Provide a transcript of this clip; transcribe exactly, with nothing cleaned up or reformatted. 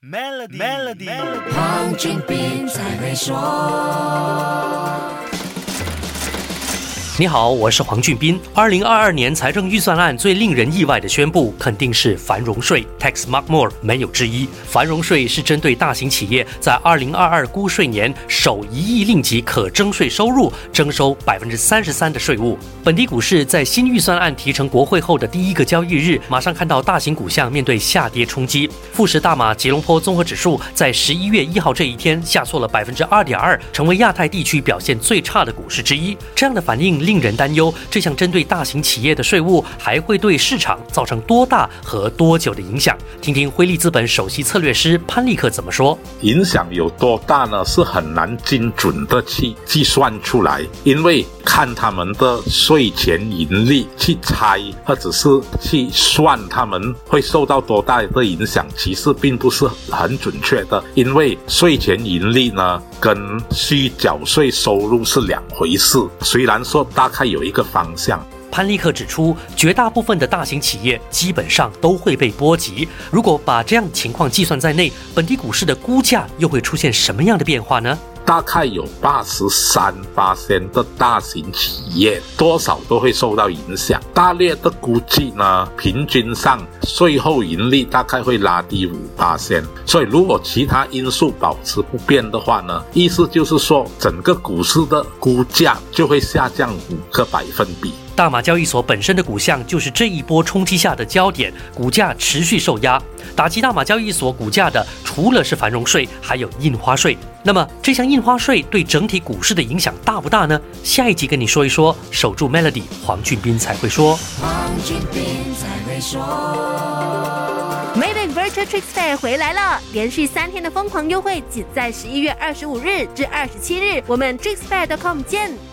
Melody, Melody, Melody. 黄俊斌才会说。 你好，我是黄俊斌。二零二二年财政预算案最令人意外的宣布，肯定是繁荣税 （Tax Mark More） 没有之一。繁荣税是针对大型企业在二零二二估税年首一亿令吉可征税收入征收百分之三十三的税务。本地股市在新预算案提呈国会后的第一个交易日，马上看到大型股项面对下跌冲击。富时大马吉隆坡综合指数在十一月一号这一天下挫了百分之二点二，成为亚太地区表现最差的股市之一。这样的反应令人担忧，这项针对大型企业的税务还会对市场造成多大和多久的影响？听听辉利资本首席策略师潘立克怎么说。 影响有多大呢？是很难精准的去计算出来，因为看他们的税前盈利去猜，或者是去算他们会受到多大的影响，其实并不是很准确的，因为税前盈利呢跟需缴税收入是两回事，虽然说大概有一个方向。 潘立克指出，绝大部分的大型企业基本上都会被波及。如果把这样的情况计算在内，本地股市的估价又会出现什么样的变化呢？ 大概有 百分之八十三 的大型企业多少都会受到影响。大略的估计呢，平均上税后盈利大概会拉低 百分之五， 所以如果其他因素保持不变的话呢，意思就是说整个股市的估价就会下降五个百分比。 大马交易所本身的股项就是这一波冲击下的焦点，股价持续受压。打击大马交易所股价的除了是繁荣税，还有印花税。那么这项印花税对整体股市的影响大不大呢？下一集跟你说一说。守住 Melody， 黄俊斌才会说。 黄俊斌才会说。 Maybank Virtual Trade Fair 回来了，连续三天的疯狂优惠，仅在十一月二十五日至二十七日，我们 trade fair dot com 见。